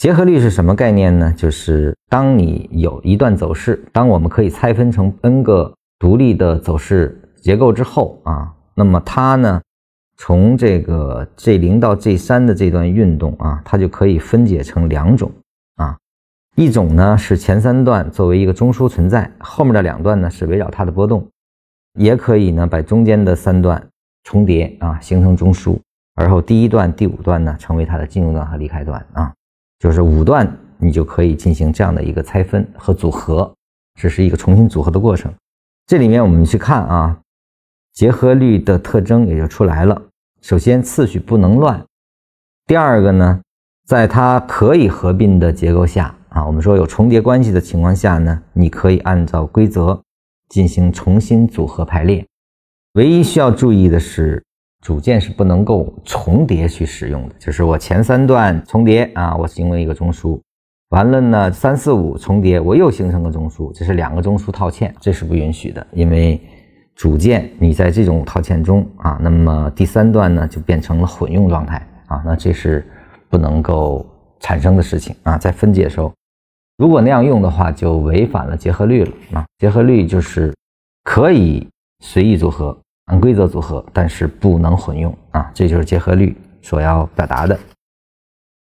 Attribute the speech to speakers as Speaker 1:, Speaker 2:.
Speaker 1: 结合律是什么概念呢？就是当你有一段走势，当我们可以拆分成 n 个独立的走势结构之后啊，那么它呢，从这个 G0 到 G3 的这段运动啊，它就可以分解成两种啊，一种呢是前三段作为一个中枢存在，后面的两段呢是围绕它的波动，也可以呢把中间的三段重叠啊，形成中枢，而后第一段、第五段呢成为它的进入段和离开段啊。就是五段你就可以进行这样的一个拆分和组合，这是一个重新组合的过程。这里面我们去看啊，结合律的特征也就出来了。首先次序不能乱，第二个呢，在它可以合并的结构下啊，我们说有重叠关系的情况下呢，你可以按照规则进行重新组合排列。唯一需要注意的是，组件是不能够重叠去使用的，就是我前三段重叠啊，我形成一个中枢，完了呢3、4、5重叠，我又形成个中枢，这是两个中枢套嵌，这是不允许的，因为组件你在这种套嵌中啊，那么第三段呢就变成了混用状态啊，那这是不能够产生的事情啊，在分解的时候，如果那样用的话，就违反了结合律了啊。结合律就是可以随意组合，按规则组合，但是不能混用啊，这就是结合律所要表达的。